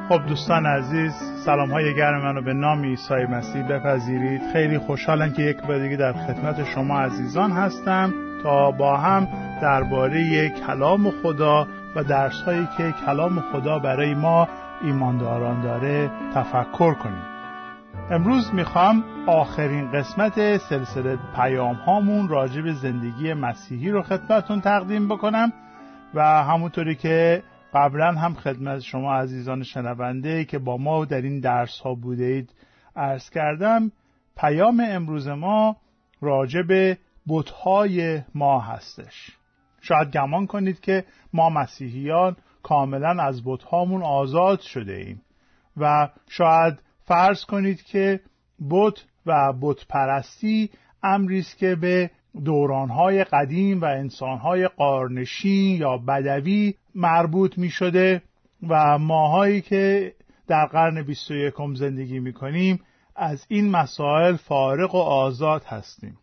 خب دوستان عزیز، سلام‌های گرم منو به نام عیسی مسیح بپذیرید. خیلی خوشحالم که یک بار دیگه در خدمت شما عزیزان هستم تا با هم درباره کلام خدا و درس‌هایی که کلام خدا برای ما ایمانداران داره تفکر کنیم. امروز میخوام آخرین قسمت سلسله پیام هامون راجع به زندگی مسیحی رو خدمتتون تقدیم بکنم و همونطوری که قبلا هم خدمت شما عزیزان شنونده که با ما در این درس ها بوده اید عرض کردم، پیام امروز ما راجع به بت‌های ما هستش. شاید گمان کنید که ما مسیحیان کاملا از بت‌هامون آزاد شده ایم و شاید فرض کنید که بت و بت پرستی امری است که به دورانهای قدیم و انسانهای غارنشین یا بدوی مربوط می شده و ماهایی که در قرن 21 زندگی می کنیم از این مسائل فارغ و آزاد هستیم.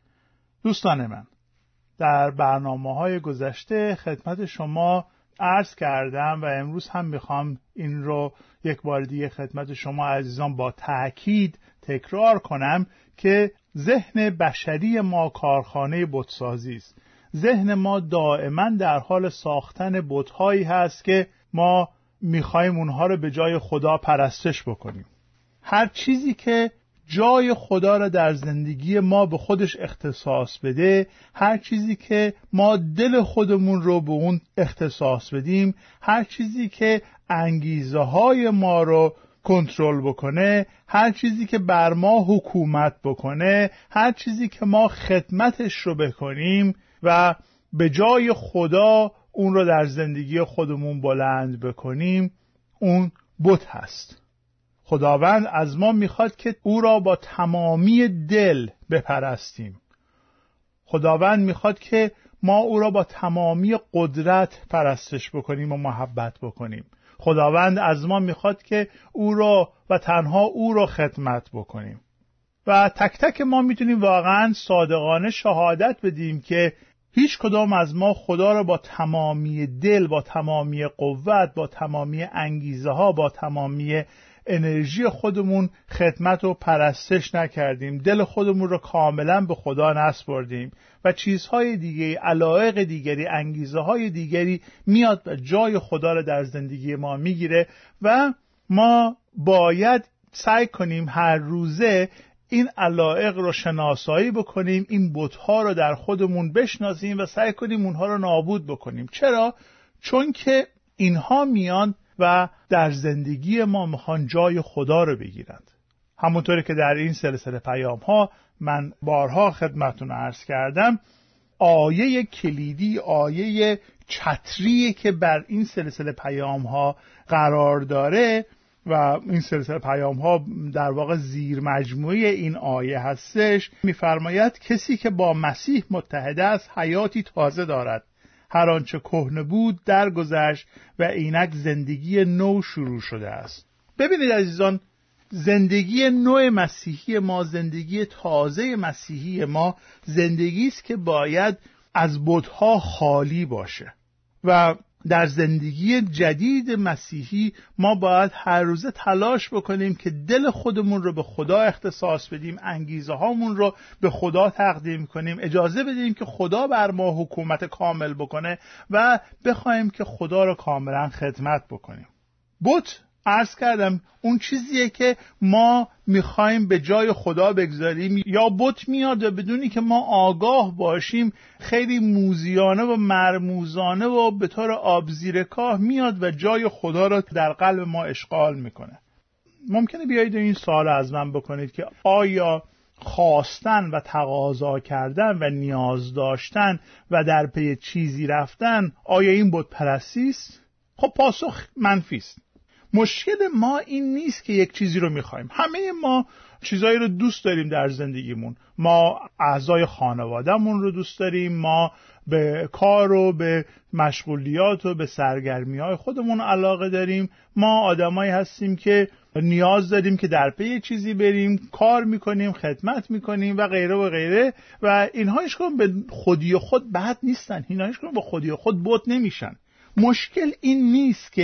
دوستان من، در برنامه‌های گذشته خدمت شما عرض کردم و امروز هم میخوام این رو یک بار دیگه خدمت شما عزیزان با تأکید تکرار کنم که ذهن بشری ما کارخانه بتسازی است. ذهن ما دائما در حال ساختن بت‌هایی هست که ما میخوایم اونها رو به جای خدا پرستش بکنیم. هر چیزی که جای خدا را در زندگی ما به خودش اختصاص بده، هر چیزی که ما دل خودمون رو به اون اختصاص بدیم، هر چیزی که انگیزه های ما رو کنترل بکنه، هر چیزی که بر ما حکومت بکنه، هر چیزی که ما خدمتش رو بکنیم و به جای خدا اون رو در زندگی خودمون بلند بکنیم، اون بت هست. خداوند از ما میخواد که او را با تمامی دل بپرستیم. خداوند میخواد که ما او را با تمامی قدرت پرستش بکنیم و محبت بکنیم. خداوند از ما میخواد که او را و تنها او را خدمت بکنیم. و تک تک ما میتونیم واقعا صادقانه شهادت بدیم که هیچ کدام از ما خدا را با تمامی دل، با تمامی قوت، با تمامی انگیزه ها، با تمامی انرژی خودمون خدمت و پرستش نکردیم. دل خودمون رو کاملا به خدا نسپردیم و چیزهای دیگری، علایق دیگری، انگیزه های دیگری میاد و جای خدا رو در زندگی ما میگیره و ما باید سعی کنیم هر روزه این علایق رو شناسایی بکنیم، این بت‌ها رو در خودمون بشناسیم و سعی کنیم اونها رو نابود بکنیم. چرا؟ چون که اینها میان و در زندگی ما میخوان جای خدا رو بگیرند. همونطوری که در این سلسله پیام ها من بارها خدمتتون عرض کردم، آیه کلیدی، آیه چتری که بر این سلسله پیام ها قرار داره و این سلسله پیام ها در واقع زیر مجموعه این آیه هستش، میفرماید کسی که با مسیح متحد است حیاتی تازه دارد. هر آنچه کهنه بود درگذشت و اینک زندگی نو شروع شده است. ببینید عزیزان، زندگی نو مسیحی ما، زندگی تازه مسیحی ما، زندگی است که باید از بت‌ها خالی باشه و در زندگی جدید مسیحی ما باید هر روزه تلاش بکنیم که دل خودمون رو به خدا اختصاص بدیم، انگیزه هامون رو به خدا تقدیم کنیم، اجازه بدیم که خدا بر ما حکومت کامل بکنه و بخوایم که خدا رو کاملا خدمت بکنیم. بت، عرض کردم، اون چیزیه که ما میخوایم به جای خدا بگذاریم، یا بت میاد و بدونی که ما آگاه باشیم خیلی موذیانه و مرموزانه و به طور آب زیر کاه میاد و جای خدا را در قلب ما اشغال میکنه. ممکنه بیایید این سوال از من بکنید که آیا خواستن و تقاضا کردن و نیاز داشتن و در پی چیزی رفتن، آیا این بت پرستی است؟ خب پاسخ منفی است. مشکل ما این نیست که یک چیزی رو میخوایم. همه ما چیزایی رو دوست داریم در زندگیمون. ما اعضای خانوادهمون رو دوست داریم، ما به کار و به مشغولیات و به سرگرمی‌های خودمون علاقه داریم. ما آدمایی هستیم که نیاز داریم که در پی چیزی بریم، کار میکنیم، خدمت میکنیم و غیره و غیره و اینها هیچ کدوم به خودی خود بد نیستن. اینها هیچ کدوم به خودی خود بت نمیشن. مشکل این نیست که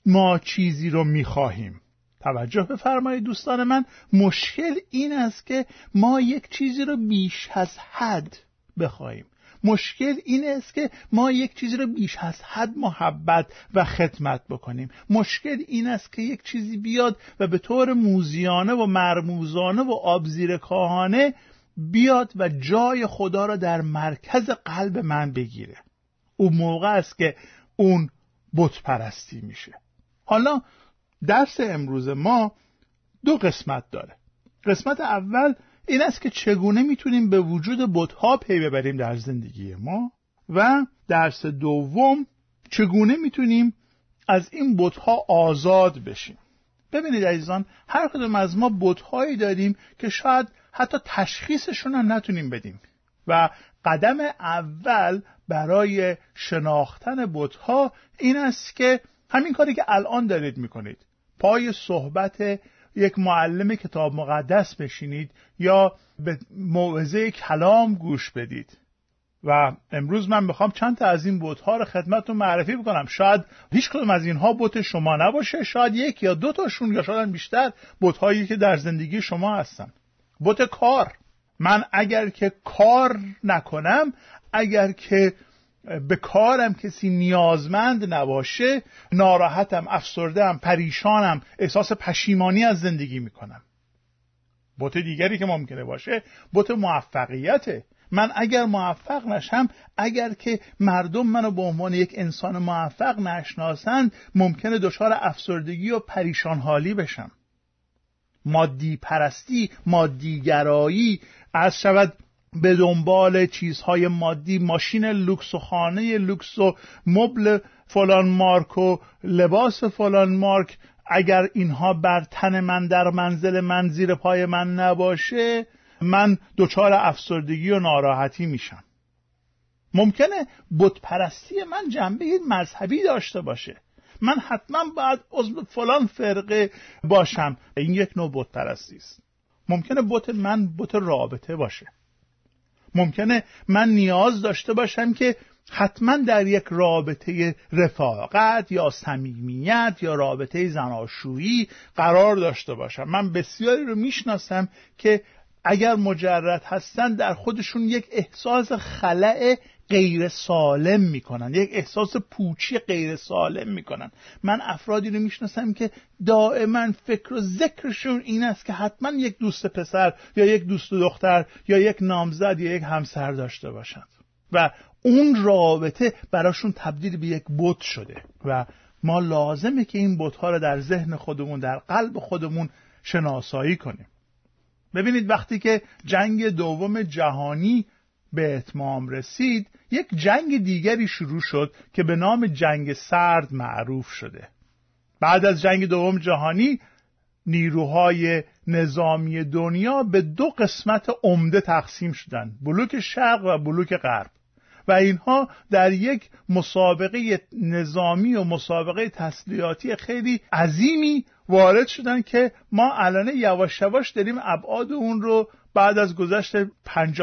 ما چیزی رو میخواهیم. توجه بفرمایید دوستان من، مشکل این است که ما یک چیزی رو بیش از حد بخواهیم. مشکل این است که ما یک چیزی رو بیش از حد محبت و خدمت بکنیم. مشکل این است که یک چیزی بیاد و به طور موذیانه و مرموزانه و آبزیرکاهانه بیاد و جای خدا را در مرکز قلب من بگیره. اون موقع است که اون بت پرستی میشه. حالا درس امروز ما 2 قسمت داره. قسمت اول این است که چگونه میتونیم به وجود بت‌ها پی ببریم در زندگی ما، و درس دوم چگونه میتونیم از این بت‌ها آزاد بشیم. ببینید عزیزان، هر کدوم از ما بت‌هایی داریم که شاید حتی تشخیصشون هم نتونیم بدیم، و قدم اول برای شناختن بت‌ها این است که همین کاری که الان دارید میکنید، پای صحبت یک معلم کتاب مقدس بشینید یا به موعظه کلام گوش بدید. و امروز من میخوام چند تا از این بت‌ها رو خدمتتون معرفی بکنم. شاید هیچ کدوم از اینها بت شما نباشه، شاید 1 یا 2 تاشون یا شاید بیشتر بت‌هایی که در زندگی شما هستن. بت کار. من اگر که کار نکنم، اگر که به کارم کسی نیازمند نباشه، ناراحتم، افسرده‌ام، پریشانم، احساس پشیمانی از زندگی میکنم. بت دیگری که ممکنه باشه بت موفقیته. من اگر موفق نشم، اگر که مردم منو به عنوان یک انسان موفق نشناسند، ممکنه دچار افسردگی و پریشان حالی بشم. مادی پرستی، مادی گرایی، از شود به دنبال چیزهای مادی، ماشین لوکس و خانه لوکس و مبل فلان مارک و لباس فلان مارک، اگر اینها بر تن من، در منزل من، زیر پای من نباشه، من دچار افسردگی و ناراحتی میشم. ممکنه بت پرستی من جنبه مذهبی داشته باشه، من حتما باید عضو فلان فرقه باشم. این یک نوع بت پرستی است. ممکنه بت من بت رابطه باشه. ممکنه من نیاز داشته باشم که حتما در یک رابطه رفاقت یا صمیمیت یا رابطه زناشویی قرار داشته باشم. من بسیاری رو میشناسم که اگر مجرد هستن در خودشون یک احساس خلأ غیر سالم میکنن، یک احساس پوچی غیر سالم میکنن. من افرادی رو میشناسم که دائما فکر و ذکرشون این است که حتما یک دوست پسر یا یک دوست دختر یا یک نامزد یا یک همسر داشته باشند، و اون رابطه براشون تبدیل به یک بت شده و ما لازمه که این بت‌ها رو در ذهن خودمون، در قلب خودمون شناسایی کنیم. ببینید وقتی که جنگ دوم جهانی به اتمام رسید، یک جنگ دیگری شروع شد که به نام جنگ سرد معروف شده. بعد از جنگ دوم جهانی نیروهای نظامی دنیا به 2 قسمت عمده تقسیم شدند، بلوک شرق و بلوک غرب، و اینها در یک مسابقه نظامی و مسابقه تسلیحاتی خیلی عظیمی وارد شدن که ما الان یواش یواش داریم ابعاد اون رو بعد از گذشت 50-60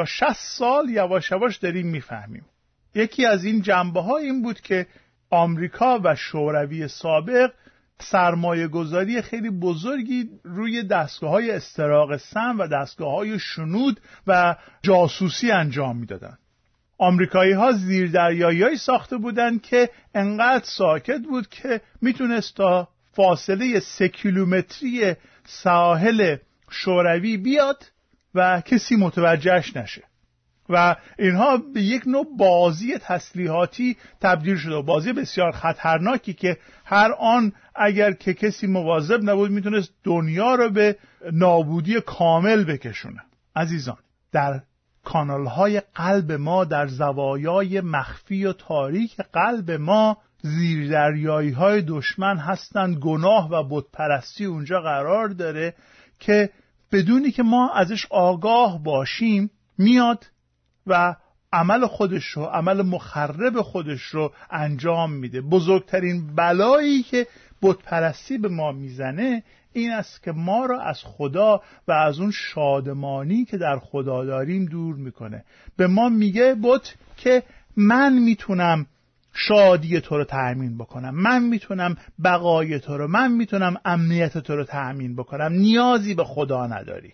سال یواش یواش داریم میفهمیم. یکی از این جنبه‌ها این بود که آمریکا و شوروی سابق سرمایه گذاری خیلی بزرگی روی دستگاه‌های استراق سم و دستگاه‌های شنود و جاسوسی انجام میدادن. آمریکایی‌ها زیردریایی‌هایی ساخته بودند که انقدر ساکت بود که میتونست تا فاصله 3 کیلومتری ساحل شوروی بیاد و کسی متوجهش نشه، و اینها به یک نوع بازی تسلیحاتی تبدیل شده، بازی بسیار خطرناکی که هر آن اگر که کسی مواظب نبود میتونست دنیا رو به نابودی کامل بکشونه. عزیزان، در کانال‌های قلب ما، در زوایای مخفی و تاریک قلب ما، زیردریایی‌های دشمن هستند. گناه و بت‌پرستی اونجا قرار داره که بدونی که ما ازش آگاه باشیم میاد و عمل خودش رو، عمل مخرب خودش رو انجام میده. بزرگترین بلایی که بت‌پرستی به ما میزنه این است که ما را از خدا و از اون شادمانی که در خدا داریم دور میکنه. به ما میگه بت که من میتونم شادی تو رو تأمین بکنم، من میتونم بقای تو رو، من میتونم امنیت تو رو تأمین بکنم. نیازی به خدا نداری.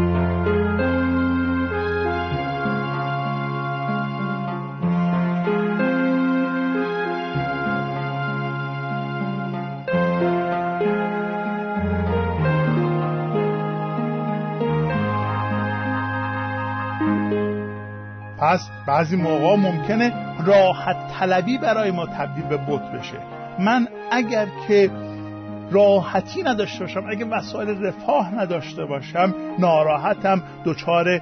پس بعضی موقع ممکنه راحت طلبی برای ما تبدیل به بت بشه. من اگر که راحتی نداشته باشم، اگر وسایل رفاه نداشته باشم، ناراحتم، دچار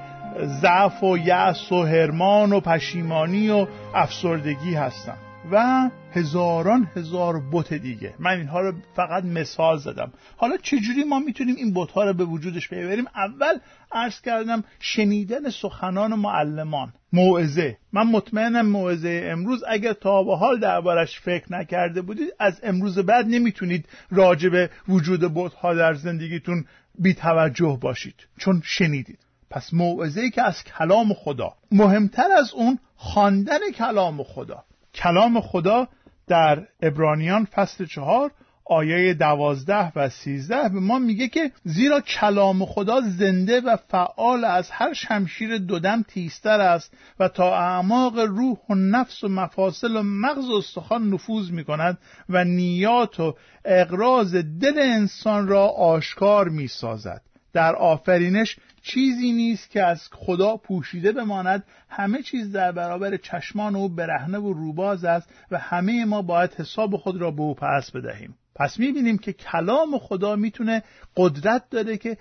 ضعف و یأس و حرمان و پشیمانی و افسردگی هستم و هزاران هزار بت دیگه. من اینها رو فقط مثال زدم. حالا چجوری ما میتونیم این بت‌ها رو به وجودش بیاوریم؟ اول عرض کردم شنیدن سخنان معلمان، موعظه. من مطمئنم موعظه امروز اگر تا به حال دربارش فکر نکرده بودید، از امروز بعد نمیتونید راجع به وجود بت‌ها در زندگیتون بی توجه باشید، چون شنیدید. پس موعظه‌ای که از کلام خدا، مهمتر از اون خواندن کلام خدا. کلام خدا در عبرانیان فصل 4 آیه 12 و 13 به ما میگه که زیرا کلام خدا زنده و فعال از هر شمشیر دودم تیزتر است و تا اعماق روح و نفس و مفاصل و مغز و استخوان نفوذ میکند و نیات و اغراض دل انسان را آشکار میسازد. در آفرینش چیزی نیست که از خدا پوشیده بماند، همه چیز در برابر چشمان او برهنه و روباز است و همه ما باید حساب خود را به او پس بدهیم. پس می‌بینیم که کلام خدا میتونه قدرت داره که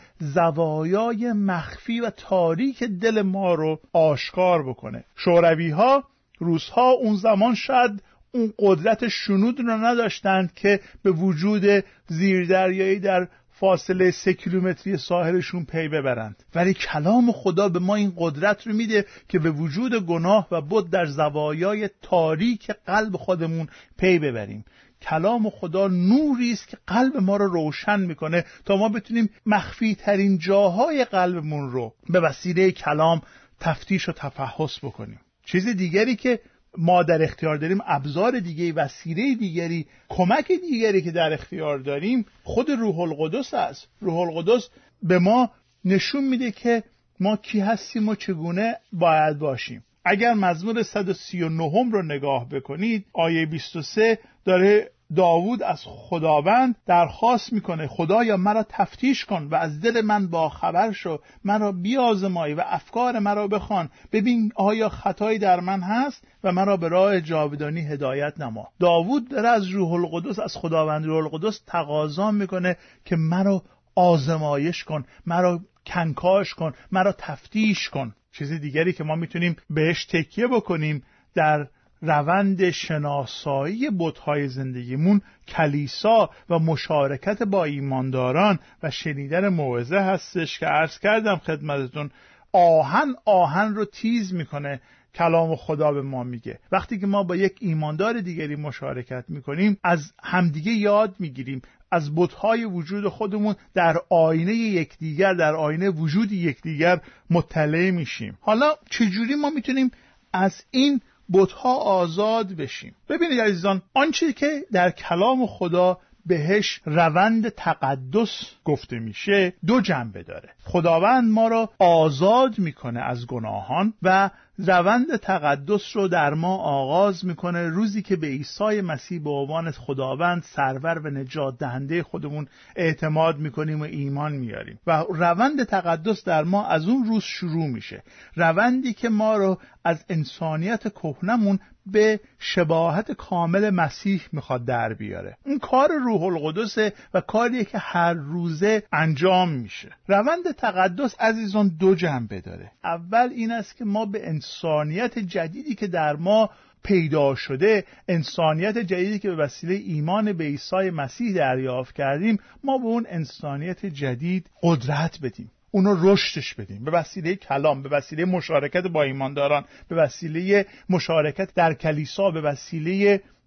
زوایای مخفی و تاریک دل ما رو آشکار بکنه. شوروی‌ها، روس‌ها اون زمان شاید اون قدرت شنود رو نداشتند که به وجود زیردریایی در فاصله 3 کیلومتری ساحلشون پی ببرند، ولی کلام خدا به ما این قدرت رو میده که به وجود گناه و بت در زوایای تاریک قلب خودمون پی ببریم. کلام خدا نوری است که قلب ما رو روشن میکنه تا ما بتونیم مخفی ترین جاهای قلبمون رو به وسیله کلام تفتیش و تفحص بکنیم. چیز دیگری که ما در اختیار داریم، ابزار دیگری، وسیله دیگری، کمک دیگری که در اختیار داریم، خود روح القدس است. روح القدس به ما نشون میده که ما کی هستیم و چگونه باید باشیم. اگر مزمور 139 رو نگاه بکنید، آیه 23 داره داوود از خداوند درخواست میکنه خدایا مرا تفتیش کن و از دل من با خبر شو، مرا بیازمای و افکار مرا بخوان، ببین آیا خطایی در من هست و مرا به راه جاودانی هدایت نما. داوود داره از روح القدس، از خداوند روح القدس تقاضا میکنه که مرا آزمایش کن، مرا کنکاش کن، مرا تفتیش کن. چیز دیگری که ما میتونیم بهش تکیه بکنیم در روند شناسایی بت‌های زندگیمون، کلیسا و مشارکت با ایمانداران و شنیدن موعظه هستش که عرض کردم خدمتتون. آهن رو تیز میکنه. کلام خدا به ما میگه وقتی که ما با یک ایماندار دیگری مشارکت میکنیم، از همدیگه یاد میگیریم، از بت‌های وجود خودمون در آینه یکدیگر، در آینه وجود یکدیگر مطلع میشیم. حالا چجوری ما میتونیم از این بت‌ها آزاد بشیم؟ ببینید عزیزان، آنچه که در کلام خدا بهش روند تقدس گفته میشه دو جنبه داره. خداوند ما را آزاد میکنه از گناهان و روند تقدس رو در ما آغاز میکنه روزی که به عیسی مسیح به عنوان خداوند، سرور و نجات دهنده خودمون اعتماد میکنیم و ایمان میاریم و روند تقدس در ما از اون روز شروع میشه. روندی که ما رو از انسانیت کهنمون به شباهت کامل مسیح میخواد در بیاره. این کار روح القدسه و کاریه که هر روزه انجام میشه. روند تقدس عزیزان دو جنبه داره. اول این است که ما به انسانیت جدیدی که در ما پیدا شده، انسانیت جدیدی که به وسیله ایمان به عیسی مسیح دریافت کردیم، ما به اون انسانیت جدید قدرت بدیم، اونو رشدش بدیم به وسیله کلام، به وسیله مشارکت با ایمانداران، به وسیله مشارکت در کلیسا، به وسیله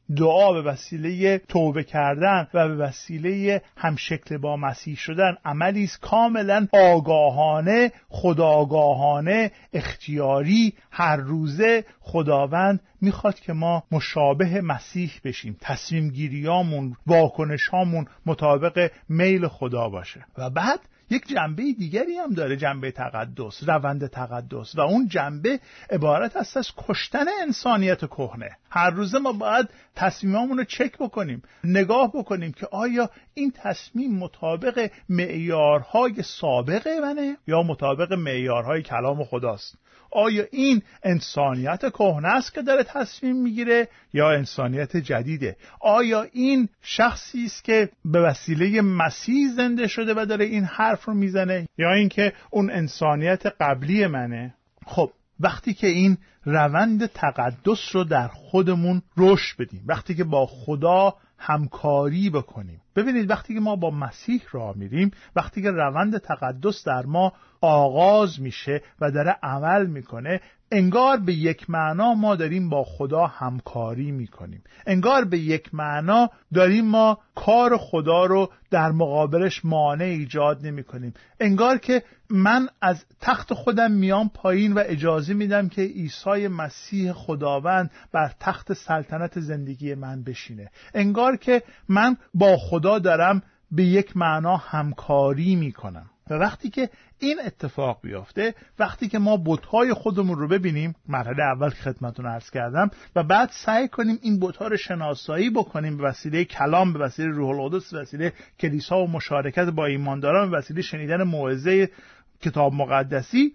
دعا به وسیله توبه کردن و به وسیله همشکل با مسیح شدن عملی است کاملا آگاهانه، خودآگاهانه، اختیاری. هر روزه خداوند میخواد که ما مشابه مسیح بشیم، تصمیم گیریامون، واکنشامون مطابق میل خدا باشه. و بعد یک جنبه دیگری هم داره، جنبه تقدس، روند تقدس، و اون جنبه عبارت است از کشتن انسانیت کهنه. هر روزه ما باید تصمیمامون رو چک بکنیم، نگاه بکنیم که آیا این تصمیم مطابق معیارهای سابق منه یا مطابق معیارهای کلام خداست. آیا این انسانیت کهنه است که داره تصمیم میگیره یا انسانیت جدیده؟ آیا این شخصی است که به وسیله مسیح زنده شده و داره این حرف رو میزنه یا اینکه اون انسانیت قبلی منه؟ خب وقتی که این روند تقدس رو در خودمون رشد بدیم، وقتی که با خدا همکاری بکنیم، ببینید وقتی که ما با مسیح راه میریم، وقتی که روند تقدس در ما آغاز میشه و داره عمل میکنه، انگار به یک معنا ما داریم با خدا همکاری میکنیم، انگار به یک معنا داریم ما کار خدا رو در مقابلش مانع ایجاد نمی کنیم، انگار که من از تخت خودم میام پایین و اجازه میدم که عیسی مسیح خداوند بر تخت سلطنت زندگی من بشینه، انگار که من با خدا دارم به یک معنا همکاری میکنم. و وقتی که این اتفاق بیفته، وقتی که ما بت‌های خودمون رو ببینیم، مرحله اول که خدمتتون عرض کردم، و بعد سعی کنیم این بت‌ها رو شناسایی بکنیم به وسیله کلام، به وسیله روح القدس، به وسیله کلیسا و مشارکت با ایمانداران، به وسیله شنیدن موعظه کتاب مقدسی،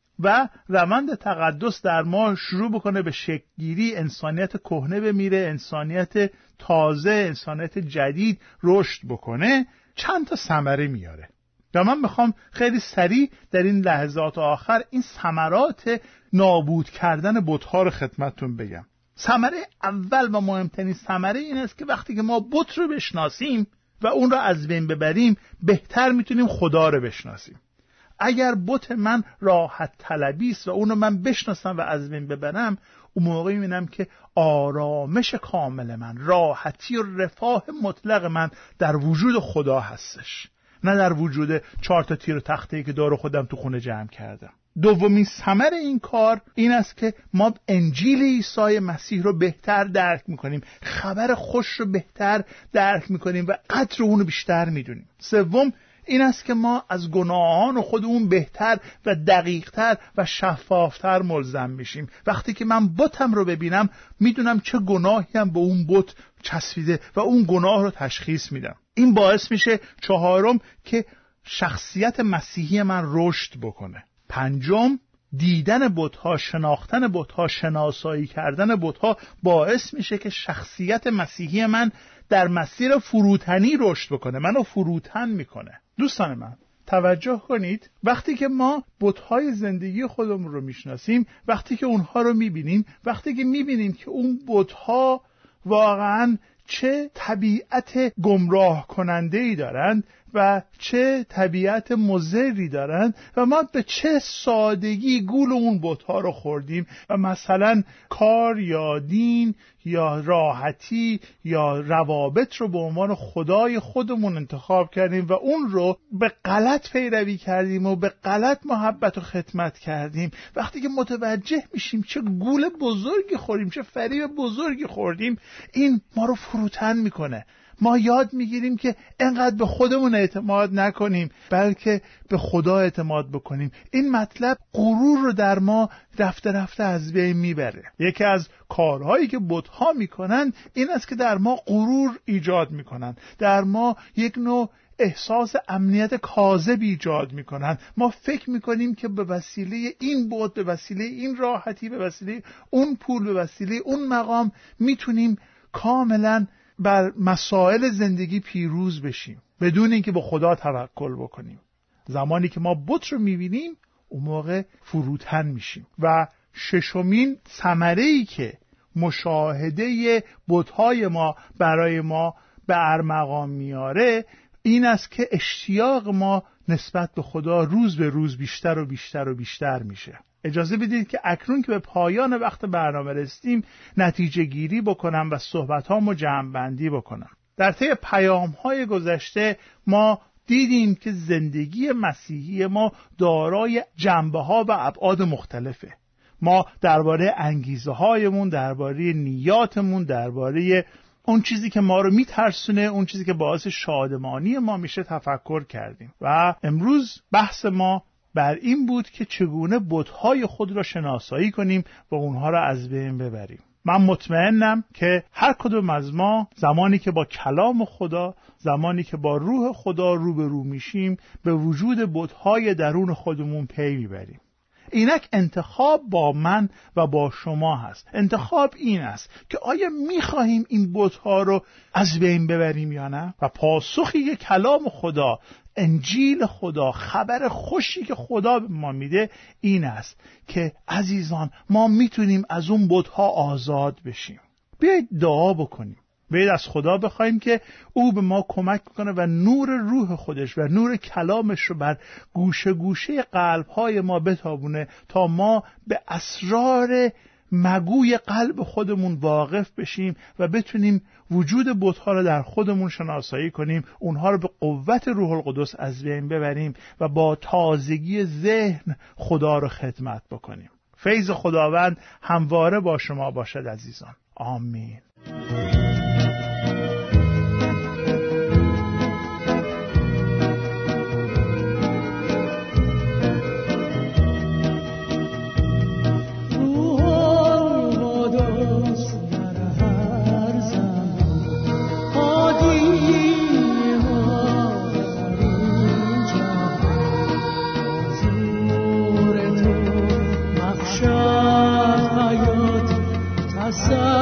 و روند تقدس در ما شروع بکنه به شکل‌گیری، انسانیت کهنه بمیره، انسانیت تازه، انسانیت جدید رشد بکنه، چند تا ثمره میاره. و من میخوام خیلی سریع در این لحظات آخر این ثمرات نابود کردن بت‌ها رو خدمتتون بگم. ثمره اول و مهمترین ثمره این است که وقتی که ما بت رو بشناسیم و اون رو از بین ببریم، بهتر میتونیم خدا رو بشناسیم. اگر بت من راحت طلبی است و اون رو من بشناسم و از بین ببرم، اون موقع میبینم که آرامش کامل من، راحتی و رفاه مطلق من در وجود خدا هستش، نه در وجود 4 تا تیر و تخته‌ای که دور خودم تو خونه جمع کردم. دومین ثمر این کار این است که ما انجیل عیسی مسیح رو بهتر درک میکنیم، خبر خوش رو بهتر درک میکنیم و قدر اون رو بیشتر میدونیم. سوم این است که ما از گناهان خودمون بهتر و دقیقتر و شفافتر ملزم میشیم. وقتی که من بتم رو ببینم، میدونم چه گناهی هم به اون بت چسبیده و اون گناه رو تشخیص میدم. این باعث میشه چهارم که شخصیت مسیحی من رشد بکنه. پنجم، دیدن بت‌ها، شناختن بت‌ها، شناسایی کردن بت‌ها باعث میشه که شخصیت مسیحی من در مسیر فروتنی رشد بکنه، منو فروتن میکنه. دوستان من توجه کنید، وقتی که ما بت‌های زندگی خودمون رو میشناسیم، وقتی که اونها رو میبینیم، وقتی که میبینیم که اون بت‌ها واقعاً چه طبیعت گمراه کننده‌ای دارند و چه طبیعت مضری دارند و ما به چه سادگی گول اون بت‌ها رو خوردیم و مثلا کار یا دین یا راحتی یا روابط رو به عنوان خدای خودمون انتخاب کردیم و اون رو به غلط پیروی کردیم و به غلط محبت و خدمت کردیم. وقتی که متوجه میشیم چه گول بزرگی خوردیم، چه فریب بزرگی خوردیم، این ما رو فروتن میکنه. ما یاد میگیریم که انقدر به خودمون اعتماد نکنیم، بلکه به خدا اعتماد بکنیم. این مطلب غرور رو در ما رفته رفته از بین میبره. یکی از کارهایی که بت‌ها میکنن این است که در ما غرور ایجاد میکنن، در ما یک نوع احساس امنیت کاذب ایجاد میکنن. ما فکر میکنیم که به وسیله این بت، به وسیله این راحتی، به وسیله اون پول، به وسیله اون مقام میتونیم کاملا بر مسائل زندگی پیروز بشیم بدون اینکه به خدا توکل بکنیم. زمانی که ما بت رو میبینیم، اون موقع فروتن میشیم. و ششمین ثمره‌ای که مشاهده بت‌های ما برای ما به ارمغان میاره این است که اشتیاق ما نسبت به خدا روز به روز بیشتر و بیشتر و بیشتر میشه. اجازه بدید که اکنون که به پایان وقت برنامه رسیدیم نتیجه گیری بکنم و صحبت‌هامو جمع‌بندی بکنم. در طی پیام‌های گذشته ما دیدیم که زندگی مسیحی ما دارای جنبه‌ها و ابعاد مختلفه. ما درباره انگیزه‌هایمون، درباره نیاتمون، درباره اون چیزی که ما رو میترسونه، اون چیزی که باعث شادمانی ما میشه تفکر کردیم و امروز بحث ما بر این بود که چگونه بت‌های خود را شناسایی کنیم و اونها را از بین ببریم. من مطمئنم که هر کدوم از ما زمانی که با کلام خدا، زمانی که با روح خدا روبرو میشیم، به وجود بت‌های درون خودمون پی میبریم. اینک انتخاب با من و با شما هست. انتخاب این است که آیا میخواهیم این بت‌ها رو از بین ببریم یا نه؟ و پاسخی که کلام خدا، انجیل خدا، خبر خوشی که خدا به ما میده این است که عزیزان ما میتونیم از اون بت‌ها آزاد بشیم. بیایید دعا بکنیم. بیایید از خدا بخوایم که او به ما کمک کنه و نور روح خودش و نور کلامش رو بر گوشه گوشه قلب‌های ما بتابونه تا ما به اسرار مگوی قلب خودمون واقف بشیم و بتونیم وجود بت‌ها رو در خودمون شناسایی کنیم، اونها رو به قوت روح القدس از بین ببریم و با تازگی ذهن خدا رو خدمت بکنیم. فیض خداوند همواره با شما باشد عزیزان. آمین. Sa